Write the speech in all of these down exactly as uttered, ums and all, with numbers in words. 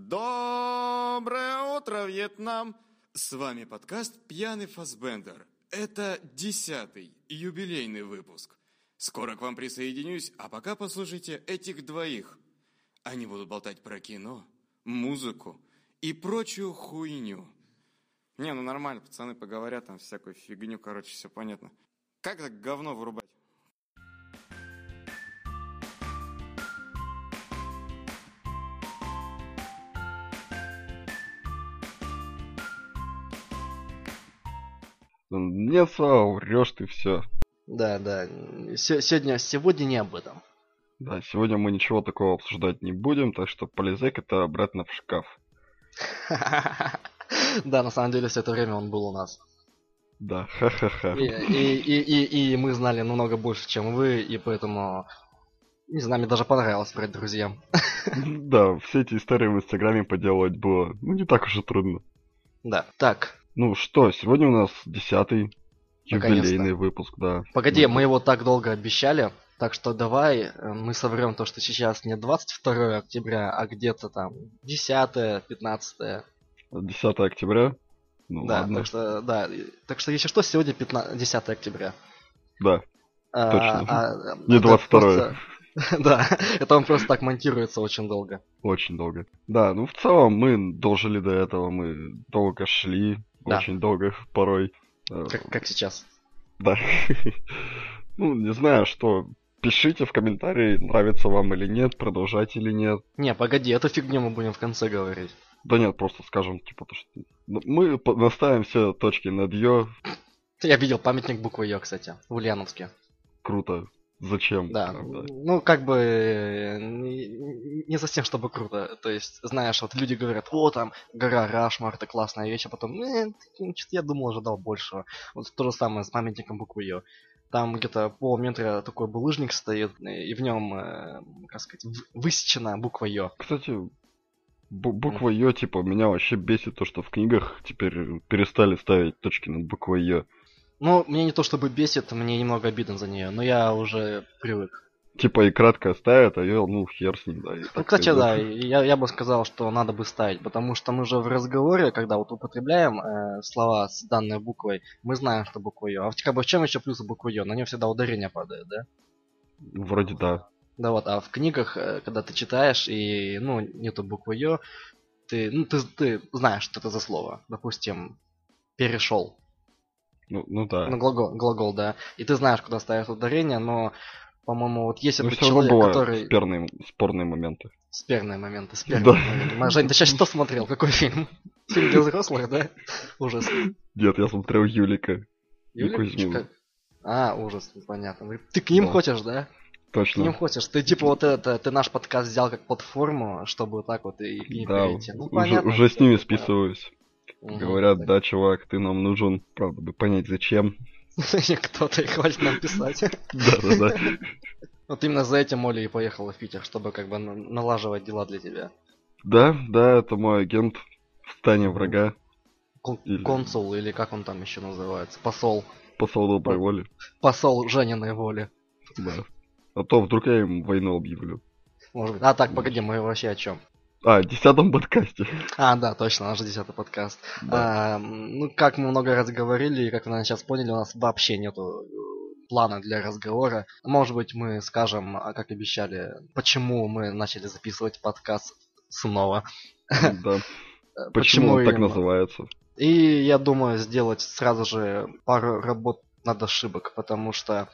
Доброе утро, Вьетнам! С вами подкаст «Пьяный Фассбендер». Это десятый юбилейный выпуск. Скоро к вам присоединюсь, а пока послушайте этих двоих. Они будут болтать про кино, музыку и прочую хуйню. Не, ну нормально, пацаны поговорят, там всякую фигню, короче, все понятно. Как так говно вырубать? Нет, Слава, врешь ты все. Да, да. Се- сегодня, сегодня не об этом. Да, сегодня мы ничего такого обсуждать не будем, так что полезай это обратно в шкаф. Да, на самом деле все это время он был у нас. Да, ха-ха-ха. И, и, и, и, и мы знали намного больше, чем вы, и поэтому, не знаю, мне даже понравилось брать друзьям. Да, все эти истории в Инстаграме поделать было, ну, не так уж и трудно. Да, так. Ну что, сегодня у нас десятый Наконец-то. юбилейный выпуск, да. Погоди, мы его так долго обещали, так что давай э, мы соврем то, что сейчас не двадцать второе октября, а где-то там десятое, пятнадцатое. десятого октября? Ну Да, ладно. так что, да, и- так что если что, сегодня пятнадцатое, десятое октября. Да, А, точно. а, Не это двадцать второе. просто- Да, это он просто так монтируется очень долго. Очень долго. Да, ну в целом мы дожили до этого, мы долго шли, Да. очень долго порой. Э, Как, как сейчас. Да. Ну, не знаю, что. Пишите в комментарии, нравится вам или нет, продолжать или нет. Не, погоди, эту фигню мы будем в конце говорить. Да нет, просто скажем, типа, то, что... Ну, мы по- наставим все точки над «ё». Я видел памятник буквы Ё, кстати, в Ульяновске. Круто. Зачем? Да, правда? ну как бы э, не, не совсем чтобы круто. То есть, знаешь, вот люди говорят, о, там, гора Рашмар, это классная вещь, а потом, э, что-то я думал, ожидал большего. Вот то же самое с памятником буквы Ё. Там где-то полметра такой булыжник стоит, и в нем, э, как сказать, в- высечена буква Ё. Кстати, бу- буква «ё», типа, меня вообще бесит то, что в книгах теперь перестали ставить точки над буквой «ё». Ну, мне не то чтобы бесит, мне немного обидно за нее, но я уже привык. Типа и кратко ставят, а «ё», ну, хер с ним, да. и Ну, так кстати, сойдёт. да, я, я бы сказал, что надо бы ставить, потому что мы же в разговоре, когда вот употребляем э, слова с данной буквой, мы знаем, что буква Ё. А в, как бы, в чем еще плюс у буквы Ё? На нее всегда ударение падает, да? Вроде да. Да вот, а в книгах, э, когда ты читаешь и, ну, нету буквы Ё, ты, ну, ты, ты знаешь, что это за слово. Допустим, перешел. Ну, ну да. Ну, глагол, глагол, да. И ты знаешь, куда ставить ударение, но, по-моему, вот есть Но этот все равно человек, бывают который... спорные, спорные моменты. Спорные моменты, Да. спорные моменты. Ма, Жень, ты сейчас что смотрел? Какой фильм? Фильм для взрослых, да? Ужас. Нет, я смотрел Юлика. И Кузьму. Юлечка? А, ужас, понятно. Ты к ним Да. хочешь, да? К ним Точно. хочешь. Ты типа вот это, ты наш подкаст взял как платформу, чтобы вот так вот и к ним Да, перейти. Ну, уже, понятно. уже с всё, ними всё понятно. списываюсь. Мгм. Говорят, да, чувак, ты нам нужен. Правда, бы понять зачем. Кто-то, и хватит нам писать. Да-да-да. Вот именно за этим Оля и поехала в Питер, чтобы как бы на- налаживать дела для тебя. Да, да, это мой агент в стане врага. Кон- Или- Консул, или как он там еще называется? Посол. Посол доброй Да. воли. Посол Жениной воли. Да. А то вдруг я им войну объявлю. Может быть. А так, погоди, мы вообще о чем? А, в десятом подкасте. А, да, точно, наш десятый подкаст. Да. А, ну, как мы много раз говорили, и как вы, наверное, сейчас поняли, у нас вообще нету э, плана для разговора. Может быть, мы скажем, а как обещали, почему мы начали записывать подкаст снова. Да. Э, Почему он так именно? называется? И я думаю сделать сразу же пару работ над ошибок, потому что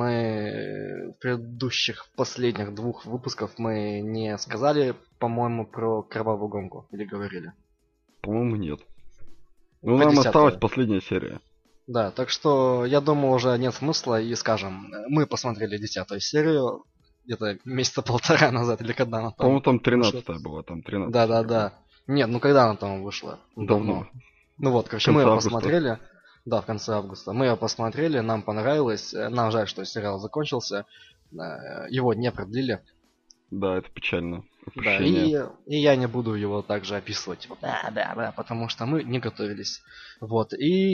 мы в предыдущих последних двух выпусках мы не сказали, по-моему, про кровавую гонку, или говорили. По-моему, нет. Ну, Про нам десятую. осталась последняя серия. Да, так что я думаю, уже нет смысла и скажем, мы посмотрели десятую серию где-то месяца полтора назад или когда она там. По-моему, там вышла. тринадцатая была, там тринадцать. Да, да, да. Нет, ну когда она там вышла? Давно. Ну вот, В короче, мы конце ее августа. посмотрели. Да, в конце августа. Мы ее посмотрели, нам понравилось. Э, Нам жаль, что сериал закончился. Э, Его не продлили. Да, это печально. Да, Упущение. и, и я не буду его также описывать. Типа, да, да, да, потому что мы не готовились. Вот.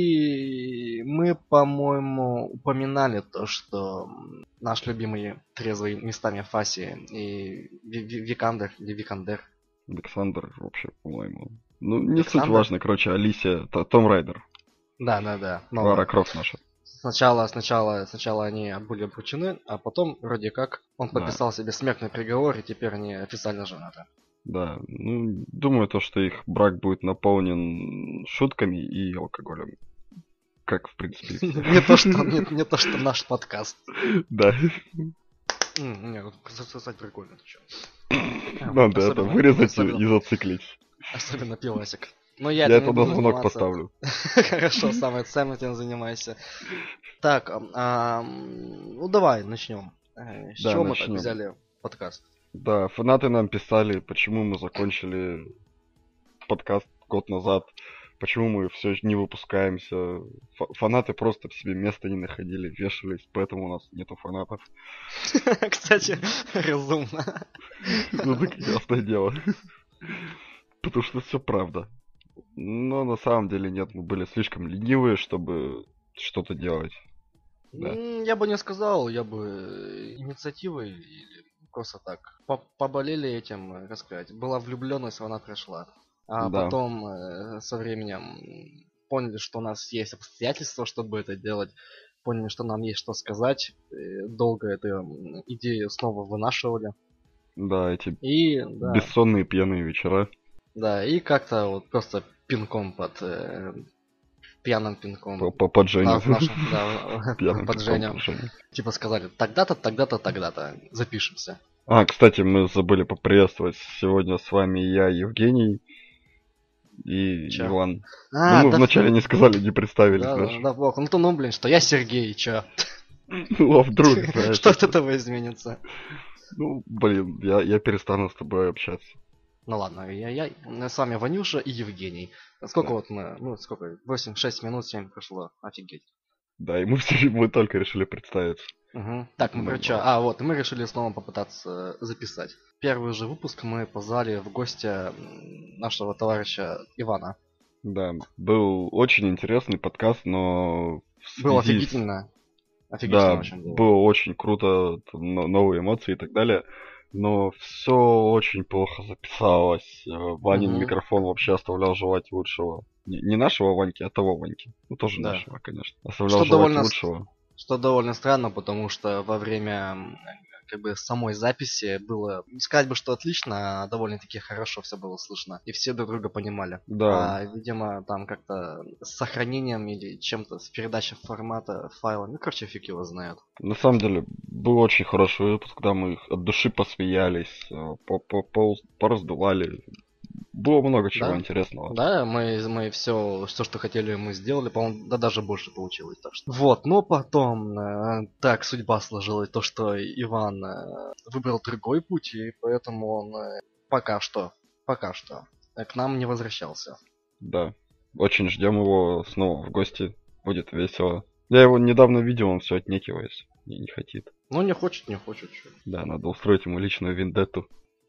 И мы, по-моему, упоминали то, что м, наш любимый трезвый местами Фаси и Ви- Ви- Викандер, или Викандер, Александр вообще, по-моему. Ну, не Александр? суть важно, короче, Алисия, Том Райдер. Да, да, да. Лара Крофт наша. Сначала, сначала, сначала они были обручены, а потом вроде как он Да. подписал себе смертный приговор, и теперь они официально женаты. Да, ну, думаю, то, что их брак будет наполнен шутками и алкоголем. Как, в принципе, и все. Не то, что не, не то, что наш подкаст. Да. М, Не, вот сосать прикольно, ты чё. Надо это Особенно- вырезать и особенно- и зациклить. Особенно пивасик. Но я, Я этим это не на буду звонок заниматься. поставлю. Хорошо, самое ценное этим занимайся. Так, ам, ам, ну давай начнем. Э, С Да, чего мы так начнем. взяли подкаст? Да, фанаты нам писали, почему мы закончили подкаст год назад, почему мы все не выпускаемся. Фа- Фанаты просто в себе места не находили, вешались, поэтому у нас нету фанатов. Кстати, разумно. Ну так ясное дело. Потому что все правда. Но на самом деле нет, мы были слишком ленивые, чтобы что-то делать. Да. М, Я бы не сказал, я бы э, инициативой или просто так по- поболели этим, э, как сказать. Была влюбленность, она пришла. А Да. потом э, со временем м, поняли, что у нас есть обстоятельства, чтобы это делать. Поняли, что нам есть что сказать. э, Долго эту м, идею снова вынашивали. Да, эти И да, бессонные пьяные вечера. да, и как-то вот просто пинком под э, пьяным пинком. По, по под Женю. Да, в нашем, да, Пьяным под пинком Женю. под Женю. Типа сказали, тогда-то, тогда-то, тогда-то запишемся. А, кстати, мы забыли поприветствовать. Сегодня с вами я, Евгений и Чё? Иван. А, ну, мы да вначале фу- не сказали, не представились, Да, знаешь. да, да, бог. Ну то, ну, блин, что я Сергей, чё? Ну, а вдруг, знаешь. Что от этого изменится? Ну, блин, я, я перестану с тобой общаться. Ну ладно, я, я с вами Ванюша и Евгений. Сколько Да. вот мы, ну сколько, восемь-шесть минут, семь прошло, офигеть. Да, и мы все мы только решили представиться. Мгм. Так, мы Ну, про чё? ладно. А, вот, мы решили снова попытаться э, записать. Первый же выпуск мы позвали в гости м, нашего товарища Ивана. Да, был очень интересный подкаст, но в Было связи с- офигительно. Офигительно Да, очень было. было очень круто, т- но- новые эмоции и так далее. Но все очень плохо записалось. Э, Ванин Мгм. микрофон вообще оставлял желать лучшего. Не, не нашего Ваньки, а того Ваньки. Ну, тоже Да. нашего, конечно. Оставлял Что желать довольно с- лучшего. Что довольно странно, потому что во время м, как бы самой записи было, не сказать бы, что отлично, а довольно-таки хорошо все было слышно. И все друг друга понимали. Да. А, видимо, там как-то с сохранением или чем-то, с передачей формата файла. Ну, короче, фиг его знает. На самом деле, был очень хороший выпуск, когда мы их от души посмеялись, э, по- по- по- пораздували. Было много чего Да? интересного. Да, мы, мы все, все, что хотели, мы сделали, по-моему, да даже больше получилось. Так что. Вот, но потом э, так судьба сложилась, то, что Иван э, выбрал другой путь, и поэтому он э, пока что, пока что э, к нам не возвращался. Да. Очень ждем его снова в гости. Будет весело. Я его недавно видел, он все отнекивается. И не хотит. Ну, не хочет, не хочет. чё. Да, надо устроить ему личную вендетту.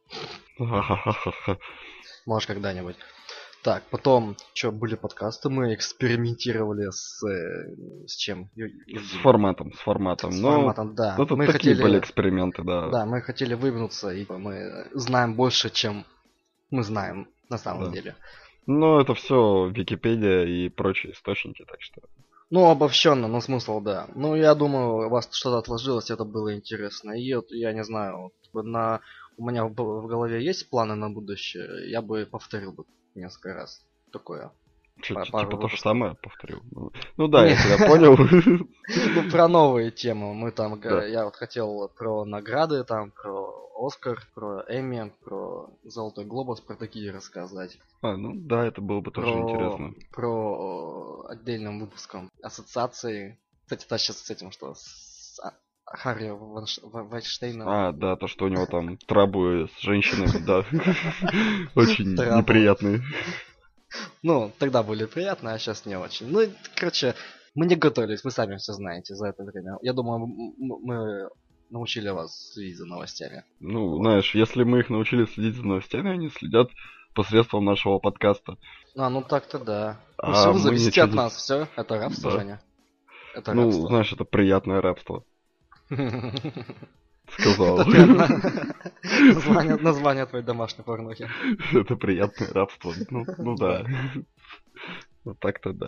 Ха-ха-ха-ха. Может, когда-нибудь. Так, потом, что, были подкасты, мы экспериментировали с... э, с чем? Ю- С Евгений? форматом, с форматом. С Но форматом, да. это мы такие хотели... были эксперименты, да. Да, мы хотели вывернуться, и мы знаем больше, чем мы знаем на самом Да. деле. Но это все Википедия и прочие источники, так что. Ну, обобщенно, но смысл, да. Ну, я думаю, у вас что-то отложилось, это было интересно. И вот, я не знаю, вот на... у меня в, в голове есть планы на будущее, я бы повторил бы несколько раз такое. Чё, Па- ти- пару типа то же выпусков. самое повторил. Ну, ну да, Не. я тебя понял. Ну, про новые темы. Мы там, г- Да. я вот хотел про награды, там, про Оскар, про Эмми, про Золотой Глобус, про такие рассказать. А, ну да, это было бы тоже Про, интересно. про э, отдельным выпуском ассоциации. Кстати, да, сейчас с этим, что с а- Харри Ванш- Ва- Вайнштейном. А, да, то, что у него там трабы с женщинами, да. Очень Трабы. неприятные. Ну, тогда были приятно, а сейчас не очень. Ну, и, короче, мы не готовились, вы сами все знаете за это время. Я думаю, м- м- мы научили вас следить за новостями. Ну, знаешь, если мы их научили следить за новостями, они следят посредством нашего подкаста. А, ну так-то да. Ну, А все вы мы зависите ничего от не- нас, все. Это рабство, Да. Женя. Это Ну, рабство. знаешь, это приятное рабство. сказал. Это прям название, название твоей домашней порнухи. Это приятное рабство. Ну, ну да. Вот так-то да.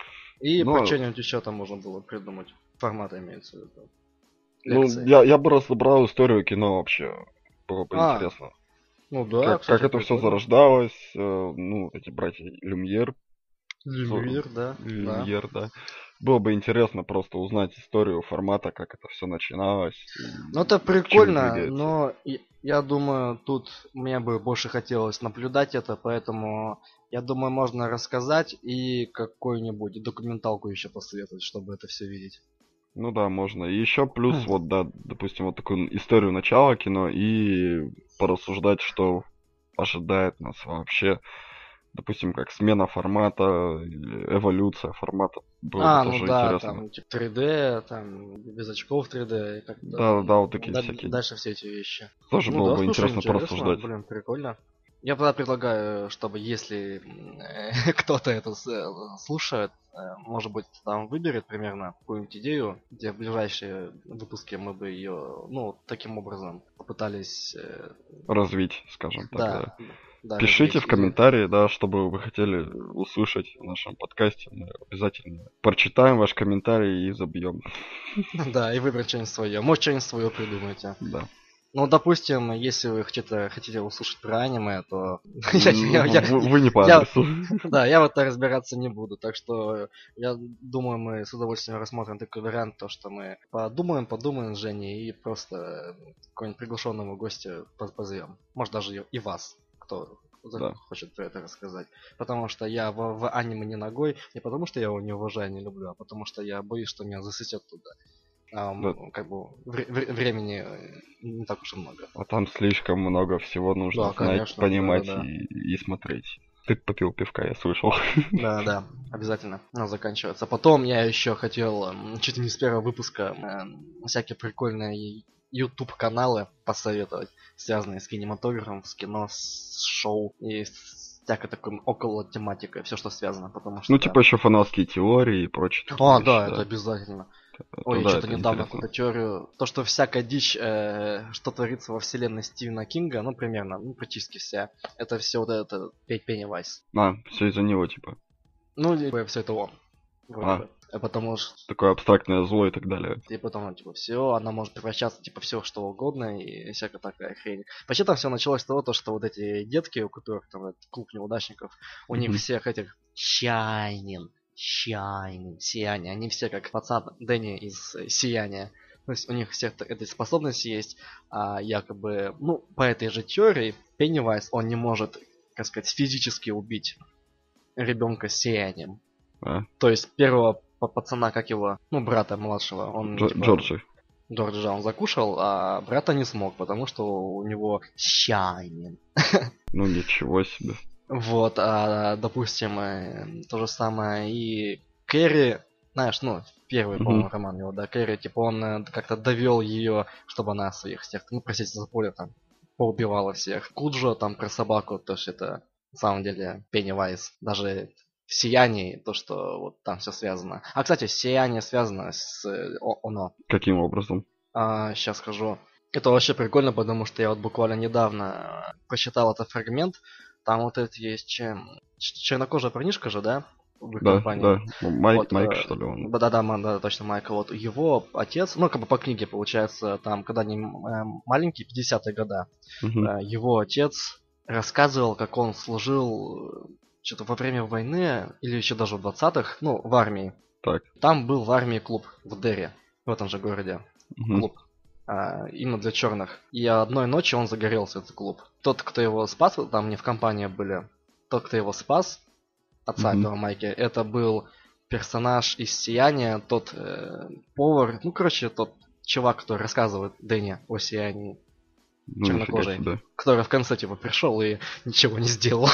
И Но- про что-нибудь еще там можно было придумать. Формат имеется в виду. Ну, Лекции. я, я бы разобрал историю кино вообще. Было бы А, интересно. Ну да, как, кстати, как это все прикольно. зарождалось. э, ну, эти братья Люмьер. Люмьер, да. да. Люмьер, да. Было бы интересно просто узнать историю формата, как это все начиналось. и Ну это к чему прикольно, двигается. но и- я думаю, тут мне бы больше хотелось наблюдать это, поэтому я думаю, можно рассказать и какую-нибудь документалку еще посоветовать, чтобы это все видеть. Ну да, можно. И еще плюс, вот, да, допустим, вот такую историю начала кино и порассуждать, что ожидает нас вообще. Допустим, как смена формата, или эволюция формата. Было А, бы ну тоже да, интересно. там типа три дэ, там без очков три дэ, и как-то Да, да, вот такие да- всякие. дальше все эти вещи. Тоже Ну было да, бы слушай, интересно порассуждать. Блин, прикольно. Я тогда предлагаю, чтобы если м, э, кто-то это с- э, слушает, э, может быть, там выберет примерно какую-нибудь идею, где в ближайшие выпуски мы бы ее, ну, таким образом попытались, э, Развить, скажем так, да. да, да, Пишите развить. в комментарии, да, что бы вы хотели услышать в нашем подкасте. Мы обязательно прочитаем ваш комментарий и забьем. И- Да, и выбрать что-нибудь свое. Может, что-нибудь свое придумайте. Да. Ну, допустим, если вы хотите, хотите услышать про аниме, то я- я- я- Вы вы не по я- адресу. да, я в это разбираться не буду. Так что я думаю, мы с удовольствием рассмотрим такой вариант, то что мы подумаем, подумаем с Женей и просто какого-нибудь приглашенного гостя поз- позовем. Может, даже и- и вас, кто за- Да. хочет про это рассказать. Потому что я в, в аниме не ногой, не потому что я его не уважаю, не люблю, а потому что я боюсь, что меня засосет туда. А, м, Да. как бы вре- вре- времени э, не так уж и много. А там слишком много всего нужно Да, знать, конечно, понимать да-да-да. И, и смотреть. Ты попил пивка, я слышал. Да, да, обязательно. Надо заканчиваться. Потом я еще хотел, м, чуть ли не с первого выпуска, эм, всякие прикольные YouTube каналы посоветовать, связанные с кинематографом, с кино, с шоу и с всякой такой около тематикой, все, что связано, потому что. Ну, типа еще фанатские теории и прочее. такие А, вещи, да, это обязательно. Ой, я да, что-то это недавно интересно. какую-то теорию. То, что всякая дичь, э, что творится во вселенной Стивена Кинга, ну, примерно, ну, практически вся. Это все вот это Пеннивайз. А, все из-за него, типа. Ну, либо все это он. Вроде А. бы. А потому что, Такое абстрактное зло и так далее. и потом, ну, типа, все, она может превращаться, типа, все что угодно, и всякая такая хрень. Вообще там все началось с того, то, что вот эти детки, у которых там этот клуб неудачников, у них Мгм. всех этих Shining, Shining, Сияние, они все как пацан Дэнни из э, Сияния. То есть у них всех т- этой способности есть, а якобы, ну, по этой же теории, Пеннивайз, он не может, как сказать, физически убить ребенка с сиянием. А, То есть первого па- пацана, как его, ну, брата младшего, он Джо- типа, Джорджи. Джорджа он закушал, а брата не смог, потому что у него Shining. Ну, ничего себе. Вот, а, допустим, э, то же самое и Кэрри, знаешь, ну, первый, Мгм. по-моему, роман его, да, Кэрри, типа, он э, как-то довел ее, чтобы она своих всех, ну, простите за поле, там, поубивала всех. Куджо, там, про собаку, то, что это, на самом деле, Пеннивайз, даже в Сиянии, то, что вот там все связано. А, кстати, Сияние связано с э, О- Оно. Каким образом? А, сейчас скажу. Это вообще прикольно, потому что я вот буквально недавно э, прочитал этот фрагмент. Там вот это есть чем... ч- чернокожая парнишка же, да? В их Да, компании. да. М- Майк, Вот, Майк, э, что ли, он? Да, да, да, да, точно, Майкл. Вот его отец, ну, как бы по книге получается, там, когда они э, маленькие, пятидесятые года, Мгм. э, его отец рассказывал, как он служил что-то во время войны, или еще даже в двадцатых, ну, в армии. Так. Там был в армии клуб в Дерри, в этом же городе Мгм. клуб. а, именно для черных. И одной ночью он загорелся, этот клуб. Тот, кто его спас, там не в компании были, тот, кто его спас, отца Мгм. этого Майки, это был персонаж из Сияния, тот э, повар, ну, короче, тот чувак, который рассказывает Дэнни о Сиянии, Ну, чернокожий. нифига себе. который в конце, типа, пришел и ничего не сделал.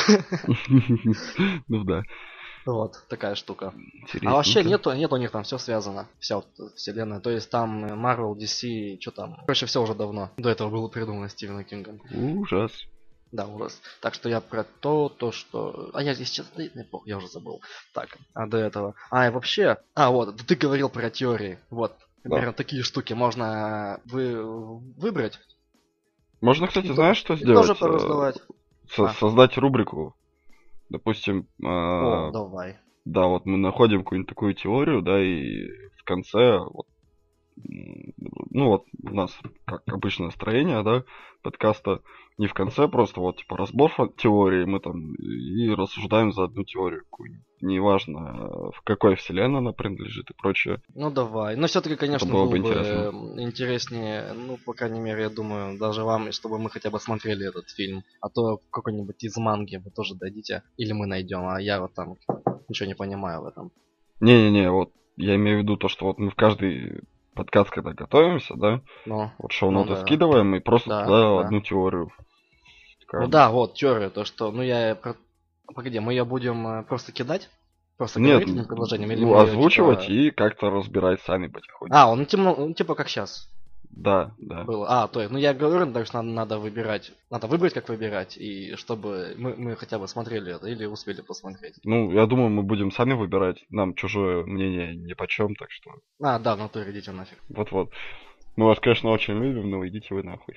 Ну да. Вот, такая штука. Интересненько. А вообще нету, нет у них там все связано, вся вот эта вселенная. То есть там э, Marvel, ди си, что там. Короче, все уже давно. До этого было придумано Стивеном Кингом. Ужас. Да, ужас. Так что я про то, то, что... А я здесь сейчас... Да, не помню, я уже забыл. Так, а до этого... А, и вообще... А, вот, ты говорил про теории. Вот. Например, Да. такие штуки можно вы выбрать. Можно, кстати, И знаешь, что и сделать? тоже пораздавать. Со- А. Создать рубрику. Допустим, О, а, давай. да, вот мы находим какую-нибудь такую теорию, да, и в конце, вот, м, ну вот у нас, как обычно, настроение, да, подкаста, не в конце просто вот, типа, разбор фа- теории, мы там и рассуждаем за одну теорию какую-нибудь. Неважно, в какой вселенной она принадлежит и прочее. Ну давай. Но все-таки, конечно, было было бы бы интересно. м, интереснее, ну, по крайней мере, я думаю, даже вам, чтобы мы хотя бы смотрели этот фильм. А то какой-нибудь из манги вы тоже дадите. Или мы найдем, а я вот там ничего не понимаю в этом. Не-не-не, вот я имею в виду то, что вот мы в каждый подкаст, когда готовимся, да, Ну, вот ну шоу-ноты да. скидываем и просто Да, туда да. одну теорию Ну втыкаем. да, вот, теория, то что, ну я... про- Погоди, мы ее будем э, просто кидать? Просто Нет, говорить этим предложением? Или ну, мы ее озвучивать типа... и как-то разбирать сами потихоньку. А, он типа, ну, типа как сейчас Да, да. было. А, то есть, ну я говорю, так что надо, надо выбирать. Надо выбрать, как выбирать, и чтобы мы, мы хотя бы смотрели это или успели посмотреть. Ну, я думаю, мы будем сами выбирать. Нам чужое мнение ни почем, так что А, да, в натуре идите нафиг. вот-вот. Мы вас, конечно, очень любим, но идите вы нахуй.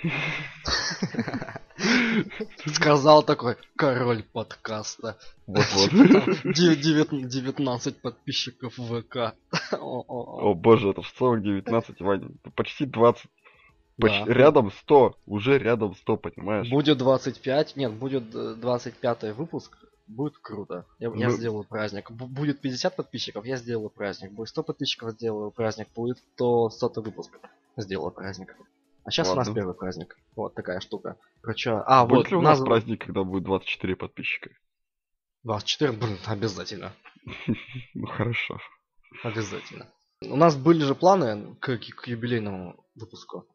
Сказал такой король подкаста. Вот-вот. Дев- девят- девятнадцать подписчиков в ВК. О-о-о. О боже, это в целом девятнадцать, Ваня. Это почти двадцать. Поч- Да. Рядом сто. Уже рядом сто, понимаешь? Будет двадцать пять, нет, будет э, двадцать пятый выпуск, будет круто. Я, я Мы- сделаю праздник. Бу- Будет пятьдесят подписчиков, я сделаю праздник. Будет сто подписчиков, сделаю праздник. Будет то сотый выпуск, сделаю праздник. А сейчас у нас Ладно. первый праздник. Вот такая штука. Короче, а Будет вот ли у у нас нас праздник, когда будет двадцать четыре подписчика? двадцать четыре, блин, обязательно. Ну хорошо. Обязательно. У нас были же планы к, к юбилейному выпуску.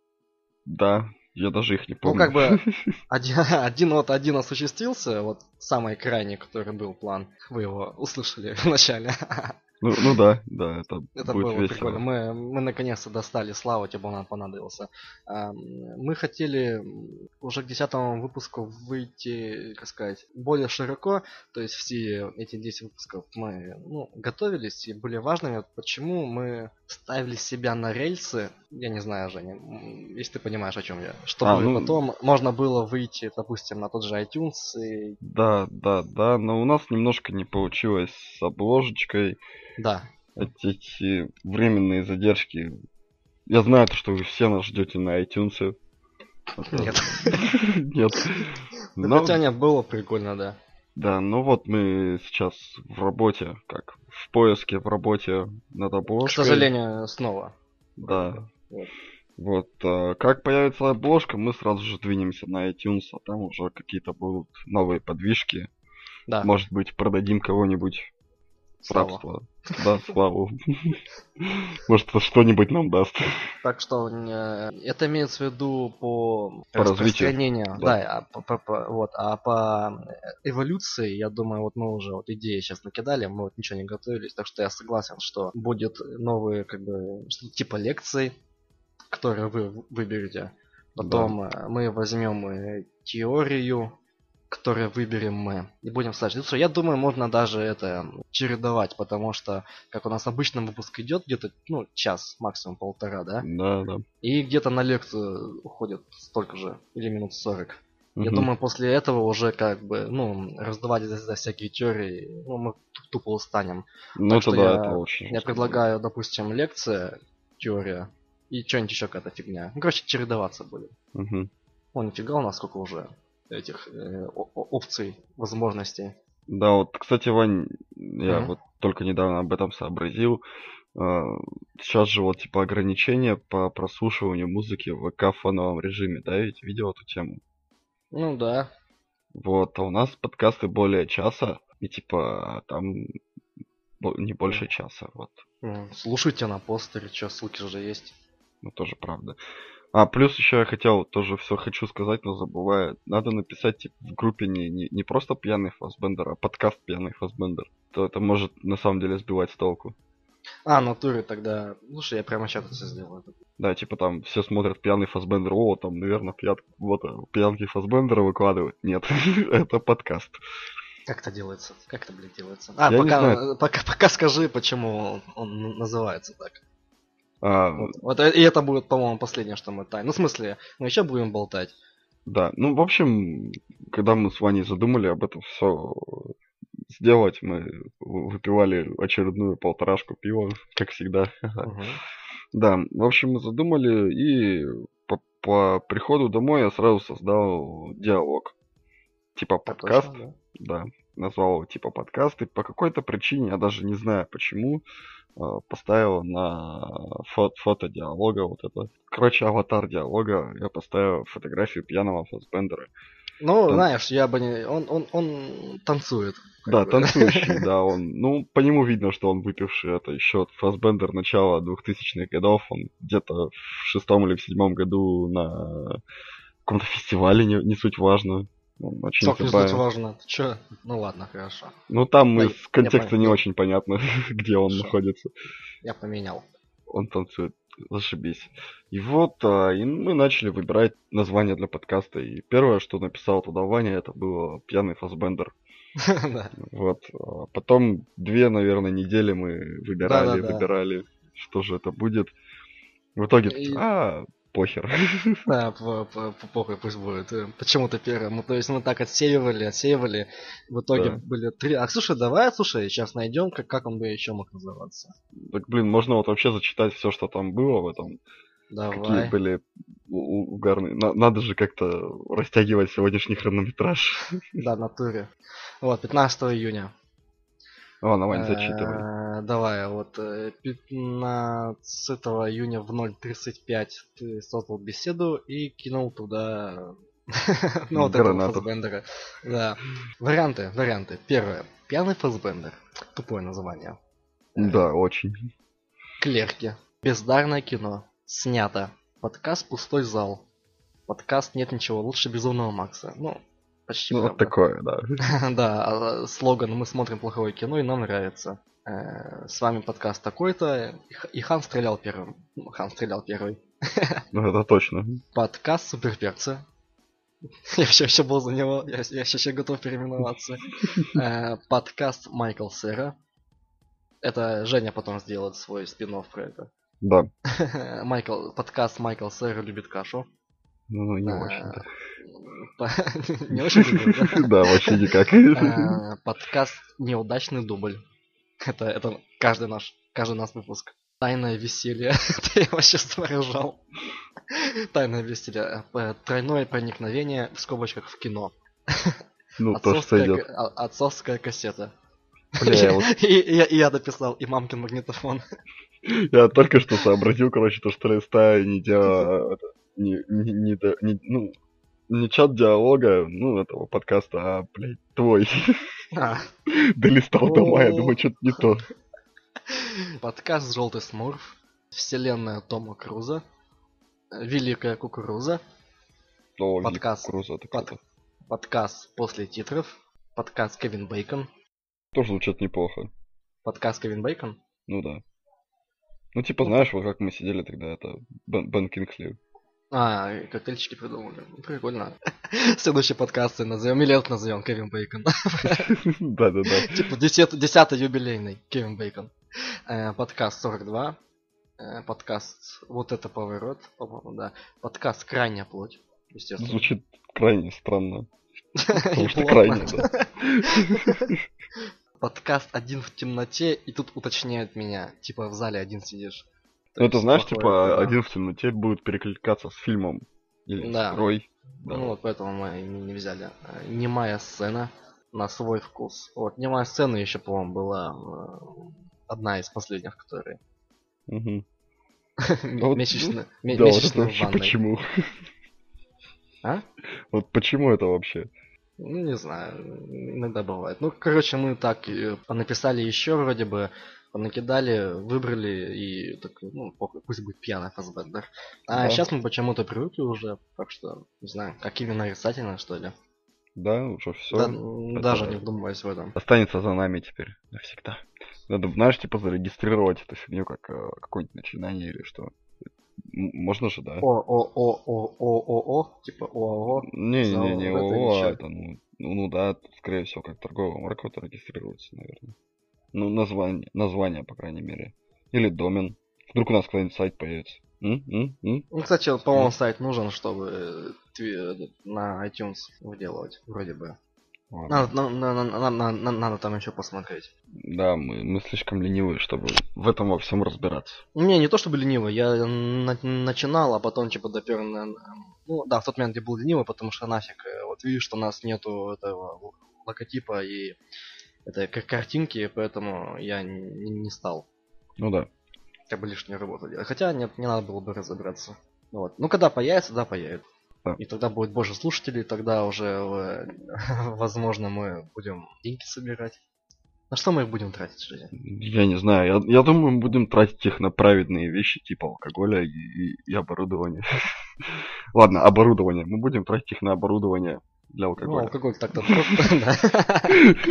Да, я даже их не Ну, помню. как бы, один, один вот один осуществился, вот самый крайний, который был план. Вы его услышали вначале. Ну, ну да, да, это, Это будет было весело. прикольно. Мы, мы наконец-то достали Славу, тебе он нам понадобился. А, Мы хотели уже к десятому выпуску выйти, как сказать, более широко. То есть все эти десять выпусков мы ну, готовились и были важными. Почему мы ставили себя на рельсы, я не знаю, Женя, м, если ты понимаешь, о чем я. Чтобы А, ну- потом можно было выйти, допустим, на тот же iTunes и... Да, да, да, но у нас немножко не получилось с обложечкой. Да. Эти, эти временные задержки. Я знаю, то, что вы все нас ждете на iTunes. Нет. Нет. Ну, Но, хотя нет, было прикольно, да. да, ну вот мы сейчас в работе, как в поиске, в работе над К обложкой. сожалению, снова. Да. Вот. Вот, а, как появится обложка, мы сразу же двинемся на iTunes, а там уже какие-то будут новые подвижки. Да. Может быть, продадим кого-нибудь в Слава. рабство. Да, Славу. Может, это что-нибудь нам даст. Так что э, это имеется в виду по, По развитию, распространению, да. да, а по, по- по- вот, а по эволюции, я думаю, вот мы уже вот идеи сейчас накидали, мы вот ничего не готовились, так что я согласен, что будет новые как бы что-то типа лекций, которые вы выберете. Потом э, мы возьмем э, теорию, которую выберем мы, и будем ставить. Ну что, я думаю, можно даже это чередовать, потому что, как у нас обычно выпуск идет, где-то, ну, час, максимум полтора, да? Да, да. И где-то на лекцию уходит столько же, или минут сорок. Я Мгм. думаю, после этого уже как бы, ну, раздавать за, за всякие теории, ну, мы ту- тупо устанем. Ну, Так это что да, я- это очень. Я предлагаю, допустим, лекция, теория и что-нибудь еще какая-то фигня. Ну, короче, чередоваться будет. Мгм. О, нифига у нас сколько уже этих э, о- о- опций, возможностей. Да, вот, кстати, Вань, я Мгм. вот только недавно об этом сообразил. А, Сейчас же вот типа ограничения по прослушиванию музыки в ВК в фоновом режиме, да, ведь видел эту тему? Ну да. Вот, а у нас подкасты более часа, и типа там бо- не больше часа, вот. Ну, слушайте на постере, что, ссылки же есть. Ну, тоже правда. А, плюс еще я хотел, тоже все хочу сказать, но забываю. Надо написать типа, в группе не, не, не просто пьяный Фассбендер, а подкаст пьяный Фассбендер. То это может на самом деле сбивать с толку. А, натуре тогда. Слушай, я прямо сейчас это все сделаю. Да, типа там все смотрят пьяный Фассбендер, о, там, наверное, пьян... вот, а, пьянки Фассбендера выкладывают. Нет, это подкаст. Как это делается? Как это, блядь, делается? А, Я не пока, знаю. пока, пока скажи, почему он, он называется так. А, Вот, вот, э, и это будет, по-моему, последнее, что мы тайм. Ну, в смысле, мы еще будем болтать. да, ну, в общем, когда мы с Ваней задумали об этом все сделать, мы выпивали очередную полторашку пива, как всегда. Мгм. Да, в общем, мы задумали, и по, по приходу домой я сразу создал диалог. Типа Так подкаст, точно, да, назвал его типа подкаст, и по какой-то причине, я даже не знаю почему, а, поставил на фо- фото диалога вот это. Короче, аватар диалога, я поставил фотографию пьяного Фассбендера. Ну, Тан- знаешь, я бы не... Он, он, он танцует. как Да, бы. танцующий, да, он, ну, по нему видно, что он выпивший, это еще Фассбендер начала двухтысячных годов, он где-то в шестом или в седьмом году на каком-то фестивале, не, не суть важно, он очень Сколько тут забавен. важно? Ты чё? Ну ладно, хорошо. Ну, там Да, из я, контекста пом- не я- очень понятно, где он хорошо, находится. я поменял. Он танцует. Зашибись. И вот, а, и мы начали выбирать название для подкаста. И первое, что написал туда Ваня, это было «Пьяный Фассбендер». Да. Вот. а Потом две, наверное, недели мы выбирали, Да-да-да. выбирали, что же это будет. В итоге, такие, И- а, похер. Да, по- по- по- похуй, пусть будет. Э, Почему-то первое. Мы, то есть мы так отсеивали, отсеивали. В итоге Да. были три. А слушай, давай, слушай, сейчас найдем, как, как он бы еще мог называться. Так, блин, можно вот вообще зачитать все, что там было в этом. Какие Давай. были у- у- угарные. На- надо же как-то растягивать сегодняшний хронометраж. Да, в натуре. Вот, пятнадцатого июня. Ладно, Вань, зачитывай. Э, Давай, вот э, пятнадцатого июня в ноль тридцать пять ты создал беседу и кинул туда ну вот этого Гранату. Фассбендера. Да. Варианты, варианты. Первое. Пьяный Фассбендер. Тупое название. Да, очень. Клерки. Бездарное кино. Снято. Подкаст «Пустой зал». Подкаст «Нет ничего лучше Безумного Макса». Ну, почти Ну, вот правда. такое, да. Да, а, слоган «Мы смотрим плохое кино и нам нравится». Э, С вами подкаст такой-то. И Х- И Хан стрелял первым. Ну, Хан стрелял первый. Ну, это точно. Подкаст Суперперца. Я все еще был за него. Я, я все еще готов переименоваться. Э, Подкаст Майкл Сера. Это Женя потом сделает свой спин про это. Да. Майкл, подкаст Майкл Сера любит кашу. Ну, не Э, очень. да. по- Не очень любит, да? Да, вообще никак. Э, Подкаст «Неудачный дубль». Это, это каждый наш, каждый наш выпуск. Тайное веселье. Это я вообще ржал. Тайное веселье. Э, Тройное проникновение в скобочках в кино. Ну, тоже Отцовская, сойдет. ка- а- отцовская кассета. Бля, вот И, и я, и я дописал, и мамкин магнитофон. я только что сообразил, короче, то, что листаю не диа... это, Не, не, не, да- не- ну, не чат диалога, ну, этого подкаста, а, блядь, твой. А, Долистал до мая, О. думаю, что-то не то. Подкаст «Желтый смурф». Вселенная Тома Круза. э, Великая кукуруза. О, Подкаст. Круза, это Под- круто. Подкаст «После титров». Подкаст Кевин Бейкон. Тоже звучит неплохо. Подкаст Кевин Бейкон. Ну да. Ну, типа, Ну, знаешь, вот как мы сидели тогда, это Бен, Бен Кингсли. А, и коктейльчики придумали. Ну, прикольно. Следующий подкаст назовем, или это назовем Кевин Бейкон. Да-да-да. Типа десятый, десятый юбилейный Кевин Бейкон. Э, Подкаст сорок два. Э, Подкаст «Вот это поворот», по-моему, да. Подкаст «Крайняя плоть», естественно. Звучит крайне странно. И Потому что плотно. крайне, да. Подкаст «Один в темноте», и тут уточняют меня. Типа в зале один сидишь. То Ну, это есть знаешь, плохое типа, кино. один в темноте будет перекликаться с фильмом. Или Да. с игрой. Да. Ну вот поэтому мы не, не взяли. Э, Немая сцена на свой вкус. Вот, немая сцена еще, по-моему, была э, одна из последних, которые Мгм. вот, месячно, ме- Да, вот это месячные в вообще ванной. почему? А? Вот почему это вообще? Ну, не знаю, иногда бывает. Ну, короче, мы так э, написали еще вроде бы, накидали, выбрали и так, ну, похуй, пусть будет пьяный Фассбендер. А Да. сейчас мы почему-то привыкли уже, так что, не знаю, как именно нарицательно, что ли. Да, уже все. Да, м, даже не вдумываясь в этом. Останется за нами теперь навсегда. Надо, знаешь, типа зарегистрировать эту фигню как э, какое-нибудь начинание или что. М- Можно же, да? О-о-о-о-о-о-о, типа ОАО. Не-не-не, за- это ООО, ничего. а это, ну, ну, ну да, это, скорее всего, как торговая марка это регистрируется, наверное. Ну, название, название, по крайней мере. Или домен. Вдруг у нас когда-нибудь сайт появится. М? М? М? Ну, кстати, вот, по-моему, сайт нужен, чтобы э, тви- на iTunes выделывать, вроде бы. Ладно. Надо, на- на- на- на- на- надо там еще посмотреть. Да, мы, мы слишком ленивые, чтобы в этом во всем разбираться. Не, не то чтобы ленивый, я на- начинал, а потом типа допер на... Ну да, в тот момент я был ленивый, потому что нафиг, э, вот видишь, что у нас нету этого л- логотипа и этой к- картинки, поэтому я не, не стал Ну да. как бы лишнюю работу делать. Хотя нет, не надо было бы разобраться. Вот. Ну когда появится, да, появится. Да. И тогда будет больше слушателей, тогда уже, э, возможно, мы будем деньги собирать. На что мы их будем тратить в жизни? Я не знаю, я, я думаю, мы будем тратить их на праведные вещи, типа алкоголя и, и, и оборудования. Ладно, оборудование. Мы будем тратить их на оборудование для Ну, алкоголя. алкоголь так-то просто, да.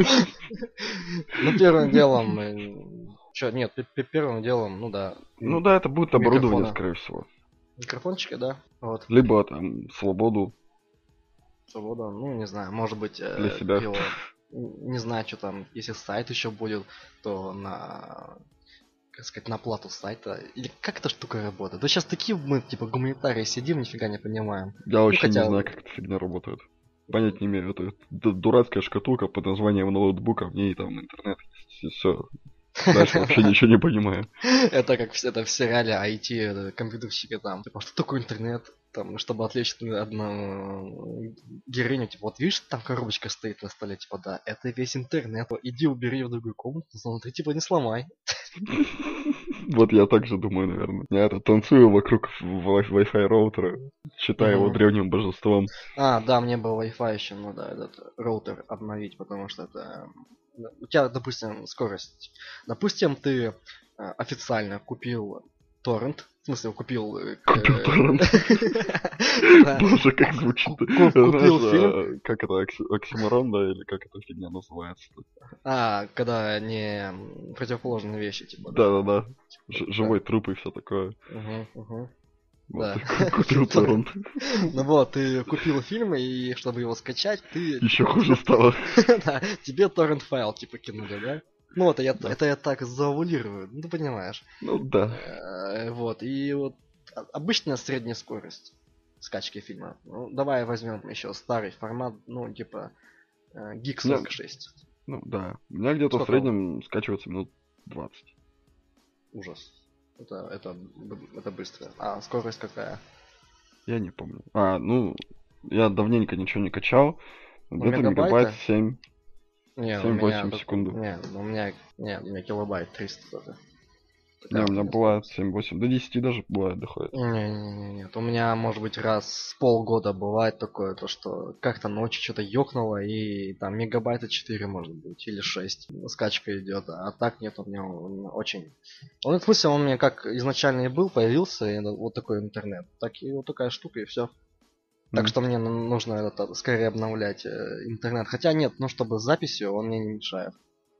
Ну, первым делом... Че, нет, пе- пе- первым делом, ну да. Ну да, это будет оборудование, Микрофона. скорее всего. Микрофончики, да. Вот. Либо там свободу. Свобода, ну, не знаю, может быть, э, Для себя. его- не знаю, что там, если сайт еще будет, то на, как сказать, на плату сайта. Или как эта штука работает? Да сейчас такие мы, типа, гуманитарии сидим, нифига не понимаем. Я вообще хотя- не знаю, как эта фигня работает. Понять не имею. Это ду- дурацкая шкатулка под названием ноутбука, в ней там интернет есть, и все. Дальше вообще ничего не понимаю. Это как в- это в сериале ай ти, это компьютерщики там. Типа, что такое интернет? Там, чтобы отвлечь одну героиню, типа, вот видишь, там коробочка стоит на столе, типа, да, это весь интернет. Иди убери в другую комнату, смотри, типа, не сломай. Вот я так же думаю, наверное. Я это танцую вокруг в- Wi-Fi роутера, считаю его Мгм. древним божеством. А, да, мне бы Wi-Fi еще, ну да, этот роутер обновить, потому что это... м, У тебя, допустим, скорость. Допустим, ты э, официально купил торрент, в смысле, купил... э, к- Купил торрент. Да. Боже, как звучит. Ку- ку- купил Знаешь, фильм. а, как это, окси- оксиморон, да, или как эта фигня называется? А, когда не м, противоположные вещи, типа. Да-да-да. Ж- Живой труп и все такое. Мгм, мгм. Вот, Да. ты купил торрент. Ну вот, ты купил фильм, и чтобы его скачать, ты... Еще хуже стало. Да, тебе торрент файл, типа, кинули, да? Ну вот, я- Да. это я так заулирую, ну ты понимаешь. Ну да. Э, Вот, и вот а- обычная средняя скорость скачки фильма. Ну, давай возьмем еще старый формат, ну, типа, э, гиг сорок шесть. Ну да. У меня где-то в Сколько? среднем скачивается минут двадцать. Ужас. Это, это, б- это быстро. А скорость какая? Я не помню. А, ну, я давненько ничего не качал. Где-то мегабайта? мегабайт семь. Не, у семь-восемь меня... так- секунды. Не, у меня... Не, у меня килобайт триста только. Не, Такая у меня вот бывает семь-восемь. До десяти даже бывает доходит. Не-не-не, нет. У меня, может быть, раз в полгода бывает такое, то что как-то ночью что-то ёкнуло, и там мегабайта четыре, может быть, или шесть. Скачка идет, а так нет, у меня он очень... Он, в смысле, он у меня как изначально и был, появился, и вот такой интернет. Так и вот такая штука, и все. Так Мгм. что мне ну- нужно это, скорее обновлять э, интернет. Хотя нет, ну чтобы с записью он мне не мешает.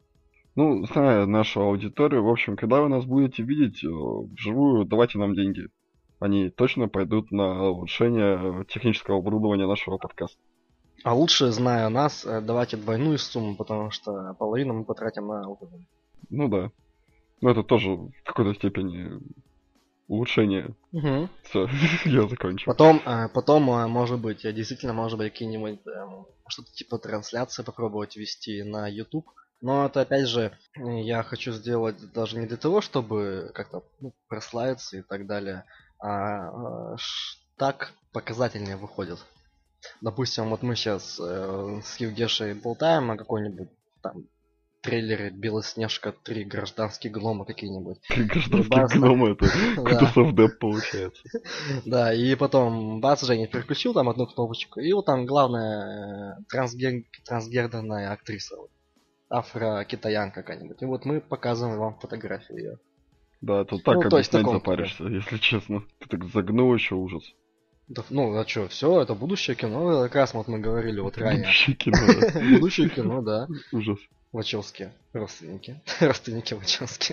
Ну, зная нашу аудиторию, в общем, когда вы нас будете видеть э, вживую, давайте нам деньги. Они точно пойдут на улучшение технического оборудования нашего подкаста. А лучше, зная нас, э, давайте двойную сумму, потому что половину мы потратим на алкоголь. Ну да. Но это тоже в какой-то степени улучшение. Угу. Все, я закончил. Потом, э, потом, э, может быть, э, действительно, может быть, какие-нибудь эм, что-то типа трансляции попробовать вести на YouTube. Но это опять же, э, я хочу сделать даже не для того, чтобы как-то ну, прославиться и так далее, а э, ш- так показательнее выходит. Допустим, вот мы сейчас с Евгешей болтаем о какой-нибудь там трейлере Белоснежка три, гражданские гномы какие-нибудь. Гражданский Бац. гном это Да. какой-то совдеп получается. Да, и потом бац, Женя переключил там одну кнопочку, и вот там главная э, трансген- трансгендерная актриса. Вот. Афро-китаянка какая-нибудь. И вот мы показываем вам фотографию ее. Да, это так Ну, то есть в объяснять таком запаришься, если честно. Ты так загнул еще ужас. Да, ну, а что, все, это будущее кино, как раз вот мы говорили вот ранее. Будущее кино, да. Будущее кино, да. Ужас. Вачовски. Родственники. Родственники Вачовски.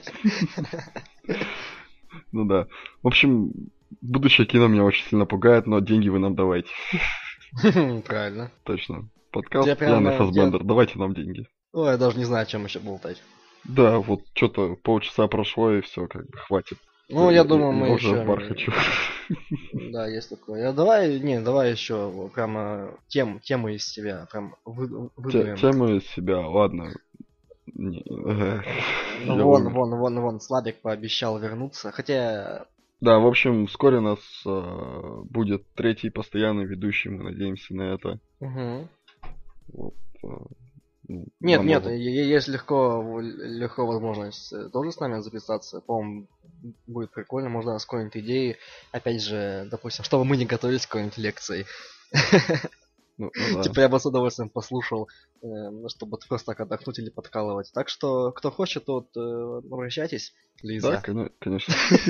Ну да. В общем, будущее кино меня очень сильно пугает, но деньги вы нам давайте. Правильно. Точно. Подкаст Я прямо- Пьяный Фассбендер. Давайте нам деньги. Ой, я даже не знаю, о чем еще болтать. Да, вот что-то полчаса прошло и все, как бы хватит. Ну, я думаю, мы уже еще... в бар хочу. Да, есть такое. Я, давай, не, давай еще прямо тем, тему из себя прям вы, Те- выдуем. Тему из себя, ладно. Не, э, Ну, я вон, умер. вон, вон, вон, Славик пообещал вернуться. Хотя, Да, в общем, вскоре нас э, будет третий постоянный ведущий, мы надеемся на это. мгм. Вот, э, ну, Нет, нам нет, надо- е- е- есть легко, легко возможность э, тоже с нами записаться. По-моему, будет прикольно, можно с какой-нибудь идеей. Опять же, допустим, чтобы мы не готовились к какой-нибудь лекции. ну, ну да. Типа я бы с удовольствием послушал, э, чтобы просто так отдохнуть или подкалывать. Так что, кто хочет, тот э, обращайтесь, Да, Лиза. коне- конечно.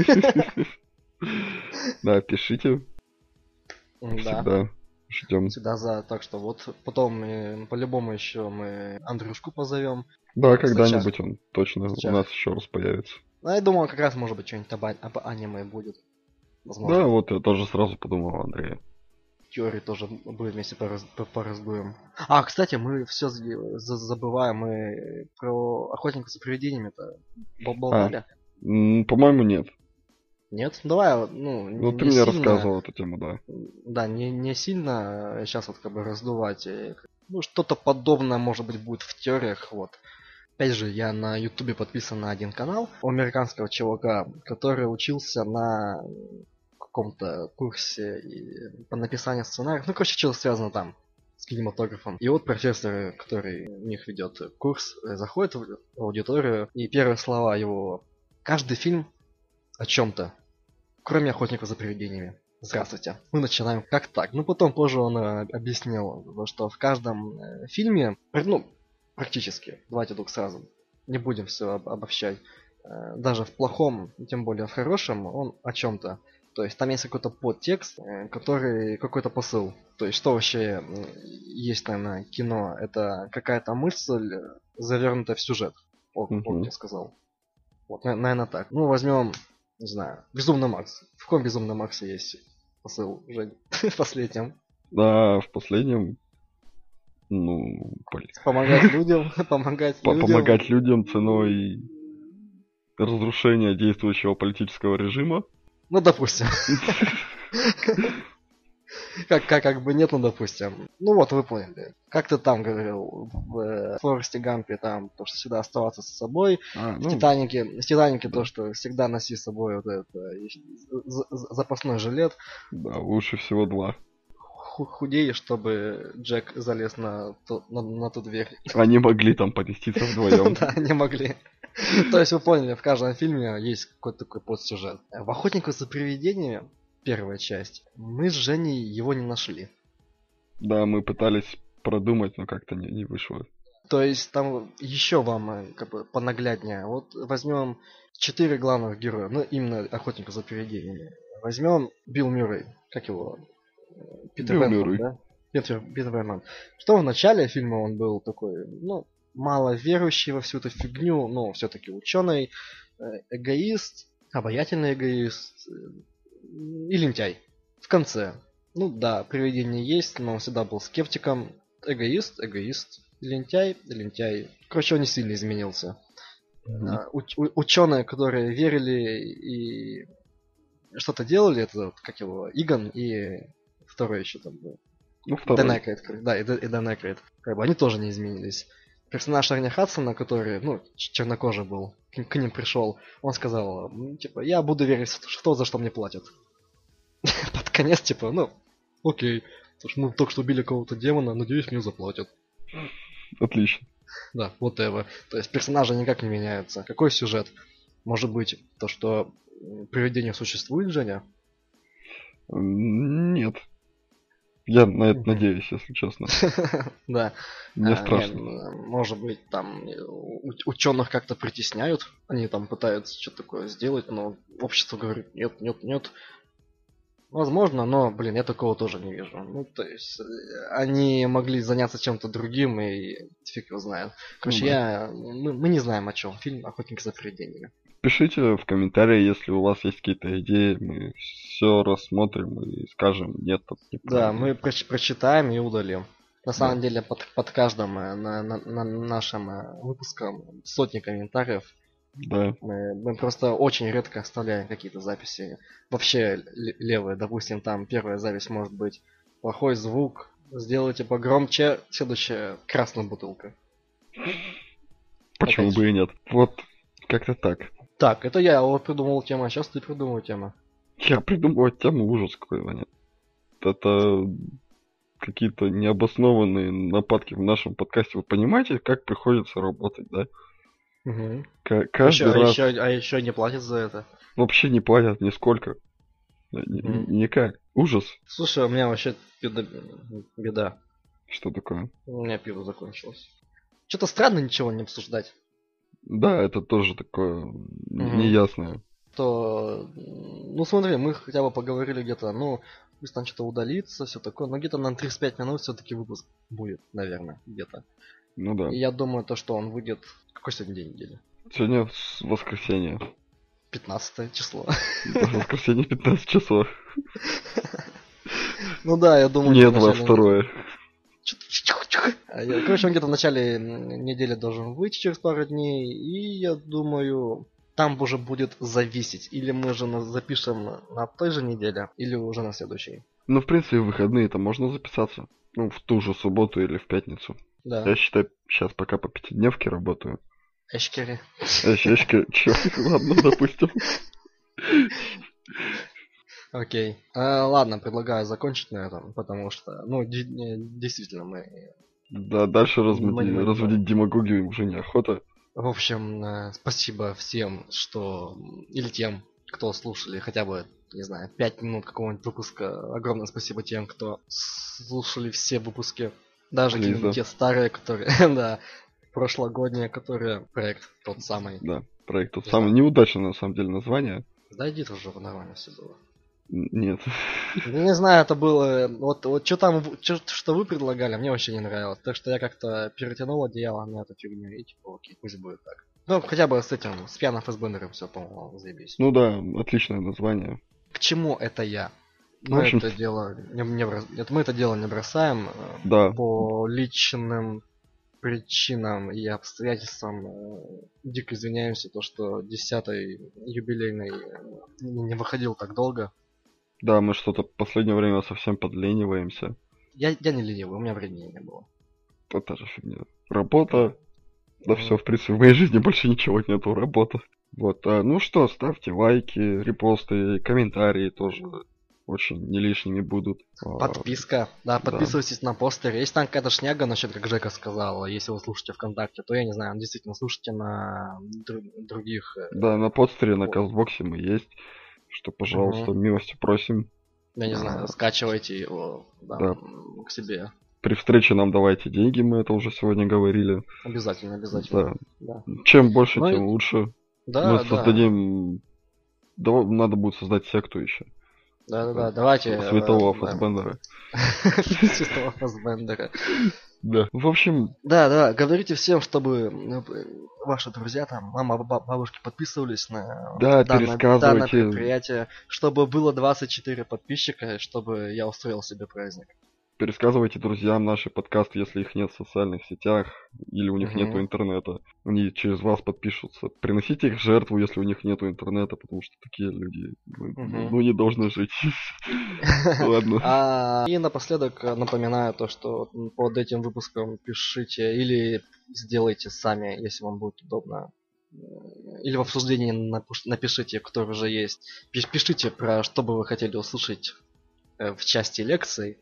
Да, пишите, М, Да, всегда ждем. всегда за. Так что вот потом э, по-любому еще мы Андрюшку позовем. Да, в когда-нибудь он точно у статьях. нас еще раз появится. Ну, я думаю, как раз может быть что-нибудь об, а- об аниме будет. Возможно. Да, вот я тоже сразу подумал о Андрея. Теории тоже будем вместе пораз- по- пораздуем. А, кстати, мы все забываем, мы про охотников за привидениями-то бол- болтали. М, По-моему, нет. Нет? Ну, давай, ну, Ну, не ты мне сильно, рассказывал эту тему, да. да, не, не сильно сейчас вот как бы раздувать. э, Ну, что-то подобное, может быть, будет в теориях, вот. Опять же, я на ютубе подписан на один канал у американского чувака, который учился на каком-то курсе и- по написанию сценариев. Ну, короче, что связано там с кинематографом. И вот профессор, который у них ведет курс, э, заходит в аудиторию, и первые слова его: каждый фильм о чем-то, кроме охотников за привидениями. Здравствуйте. Мы начинаем как так. Ну, потом позже он э, объяснил, что в каждом э, фильме, пр- ну, практически, давайте только сразу, не будем все обобщать, э, даже в плохом, тем более в хорошем, он о чем-то. То есть там есть какой-то подтекст, э, который какой-то посыл. То есть что вообще м, есть, наверное, кино? Это какая-то мысль, э, завернутая в сюжет. Вот, вот Мгм. я сказал. Вот, наверное, так. Ну, возьмем, не знаю, Безумный Макс. В каком Безумном Максе есть посыл, Жень? В последнем. Да, в последнем, ну, блин. Помогать людям, помогать По- людям. Помогать людям ценой разрушения действующего политического режима. Ну, допустим. Как, как, как бы нет, ну, допустим. Ну вот, вы поняли. Как ты там говорил, в э, Форесте Гампе, там, то, что всегда оставаться с собой. А, В ну, Титанике, в Титанике да. то, что всегда носи с собой вот это, э, за- за- запасной жилет. да, лучше всего два. Ху- Худей, чтобы Джек залез на, ту- на, на ту дверь. Они могли там поместиться вдвоем. Да, не могли. То есть вы поняли, в каждом фильме есть какой-то такой подсюжет. В «Охотниках за привидениями», первая часть, мы с Женей его не нашли. Да, мы пытались продумать, но как-то не, не вышло. То есть там еще вам э, как бы понагляднее. Вот возьмем четыре главных героя, ну именно охотника за привидениями. Возьмем Билл Мюррей, как его? Э, Питер Билл Венман, Мюррей. да? Питер, Питер Венман. Что в начале фильма он был такой, ну, мало верующий во всю эту фигню, но все-таки ученый, э, эгоист, обаятельный эгоист э, и лентяй. В конце. Ну да, привидение есть, но он всегда был скептиком. Эгоист, эгоист. Лентяй, лентяй. Короче, он не сильно изменился. Мгм. А, уч- у- ученые, которые верили и что-то делали, это вот, как его, Иган и второй еще там был. Ну, второй. Дэн Эйкройд, короче, да, и Дэн и Дэн Эйкройд. Как бы они тоже не изменились. Персонаж Арни Хадсона, который, ну, ч- чернокожий был, к, к ним пришел, он сказал, м, типа, я буду верить в то, за что мне платят. Под конец, типа, ну, окей. Слушай, мы только что убили кого-то демона, надеюсь, мне заплатят. Отлично. Да, вот это. То есть персонажи никак не меняются. Какой сюжет? Может быть, то, что м, привидение существует, Женя? М, Нет. Я на это Мгм. надеюсь, если честно. Да. Мне А, страшно. не, м, может быть, там ученых как-то притесняют, они там пытаются что-то такое сделать, но общество говорит, нет, нет, нет. Возможно, но, блин, я такого тоже не вижу. Ну, то есть, э, они могли заняться чем-то другим, и фиг его знает. Короче, Ну да. я... Мы, мы не знаем, о чем фильм «Охотник за привидениями». Пишите в комментарии, если у вас есть какие-то идеи, мы все рассмотрим и скажем, нет, это Да, неправильно. мы проч- прочитаем и удалим. На Да. самом деле, под, под каждым э, на, на- на нашим э, выпуском сотни комментариев. Да. Мы, мы просто очень редко оставляем какие-то записи. Вообще л- левые, допустим, там первая запись может быть плохой звук, сделайте погромче, следующая красная бутылка. Почему Опять бы же. и нет? Вот как-то так. Так, это я вот придумал тему, а сейчас ты придумал тему. Я придумываю тему, ужас какой, Ваня. Это какие-то необоснованные нападки в нашем подкасте. Вы понимаете, как приходится работать, да? Угу. К- каждый а, раз еще, а еще не платят за это. вообще не платят нисколько. Ни- ни- Мгм. Никак. Ужас. Слушай, у меня вообще беда. беда. Что такое? У меня пиво закончилось. Что-то странно ничего не обсуждать. Да, это тоже такое Мгм. неясное. То, м, ну смотри, мы хотя бы поговорили где-то, ну, пусть там что-то удалится, все такое, но где-то на тридцать пять минут все-таки выпуск будет, наверное, где-то. Ну да. И я думаю, то, что он выйдет. Какой сегодня день недели? Сегодня с- воскресенье. пятнадцатое число. Да, воскресенье пятнадцать часов. Ну да, я думаю, Не где-то в двадцать начале- второе. А я- Короче, он где-то в начале м, недели должен выйти через пару дней, и я думаю, там уже будет зависеть, или мы же на- запишем на той же неделе, или уже на следующей. Ну, в принципе, в выходные-то можно записаться. Ну, в ту же субботу или в пятницу. Да. Я считаю, сейчас пока по пятидневке работаю. Эшкери. Эщечки, чё? Ладно, допустим. Окей. А, ладно, предлагаю закончить на этом, потому что, ну, ди- не, действительно, мы... Да, дальше Мы разводить, не можем. разводить демагогию уже неохота. В общем, э, спасибо всем, что... Или тем, кто слушали хотя бы, не знаю, пять минут какого-нибудь выпуска. Огромное спасибо тем, кто слушали все выпуски. Даже Лиза. какие-нибудь те старые, которые... Да, прошлогодние, которые... Проект тот самый. Да, проект тот Не самый. знаю. Неудачное, на самом деле, название. Да иди ты уже, нормально все было. Н- Нет. Ну, не знаю, это было... Вот, вот что там, в- чё- что вы предлагали, мне вообще не нравилось. Так что я как-то перетянул одеяло на эту фигню и типа, окей, пусть будет так. Ну, хотя бы с этим, с пьяным фэсбендером все, по-моему, заебись. Ну да, отличное название. К чему это я? В Мы общем- это дело не, не брос- это мы это дело не бросаем э, Да. по личным причинам и обстоятельствам. э, Дико извиняемся, то, что десятый юбилейный э, не выходил так долго. Да, мы что-то в последнее время совсем подлениваемся. Я, я не ленивый, у меня времени не было. Это та же фигня. Работа. Да Мгм. все, в принципе, в моей жизни больше ничего нету, работа. Вот, а, ну что, ставьте лайки, репосты, комментарии тоже очень не лишними будут. А, Подписка, да, подписывайтесь на постеры. Если там какая-то шняга насчет, как Жека сказал, если вы слушаете ВКонтакте, то я не знаю, действительно слушайте на дру- других. э, Да, на подстере, на О. Кастбоксе мы есть. Что, пожалуйста, Мгм. милостью просим. Я не знаю, А. скачивайте его да, Да. м, к себе. При встрече нам давайте деньги, мы это уже сегодня говорили. Обязательно, обязательно. Да, Чем больше, Ну и- тем лучше. да, мы да. создадим... Дава- Надо будет создать секту еще. Да, да, да, давайте. э, Святого да. Фассбендера. Святого Фассбендера. Да. В общем, Да, да, говорите всем, чтобы э, ваши друзья, там, мама, ба- бабушки подписывались на Да, данное, пересказывайте. данное предприятие, чтобы было двадцать четыре подписчика, чтобы я устроил себе праздник. пересказывайте друзьям наши подкасты, если их нет в социальных сетях, или у них Мгм. нету интернета. Они через вас подпишутся. Приносите их в жертву, если у них нету интернета, потому что такие люди, ну, Мгм. ну, не должны жить. Ладно. А, И напоследок э, напоминаю то, что под этим выпуском пишите или сделайте сами, если вам будет удобно. Э, Или в обсуждении напуш- напишите, кто уже есть. Пиш- Пишите про что бы вы хотели услышать э, в части лекций.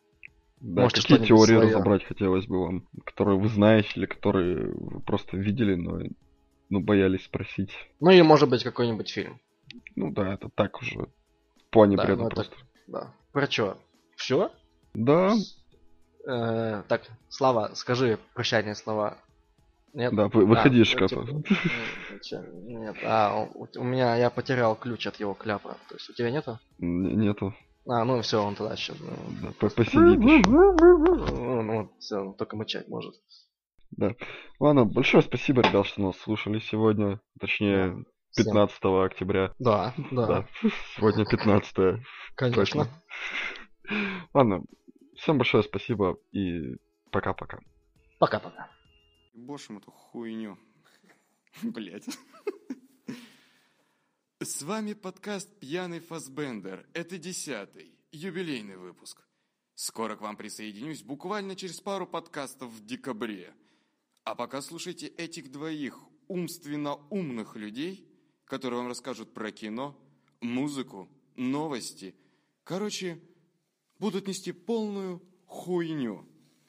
Да, Можете какие что-нибудь теории своё. разобрать хотелось бы вам, которые вы знаете или которые вы просто видели, но ну, боялись спросить. Ну и может быть какой-нибудь фильм. Ну да, это так уже в плане Да, бреда ну это- просто. Да. Про что? Все? Да, Так, Слава, скажи прощальные слова. Нет? да, вы- выходи А, из ну, шкафа. типа, м, чё, Нет, а, у, у меня, я потерял ключ от его кляпа. То есть у тебя нету? Н- Нету. А, ну все, он тогда еще. Да, по- посидит еще. Ну, ну все, только мычать может. Ладно, большое спасибо, ребят, что нас слушали сегодня. Точнее, Всем- пятнадцатого октября. Да, да, Да, сегодня пятнадцатое. конечно. точно. Ладно, всем большое спасибо и пока-пока. Пока-пока. Бошим эту хуйню. Блять. С вами подкаст «Пьяный Фассбендер». Это десятый, юбилейный выпуск. Скоро к вам присоединюсь буквально через пару подкастов в декабре. А пока слушайте этих двоих умственно умных людей, которые вам расскажут про кино, музыку, новости. Короче, будут нести полную хуйню.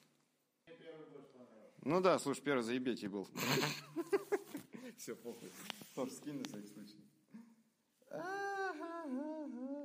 Ну да, слушай, первый заебеть был. Все, похуй. Тор, скинь на всякий случай.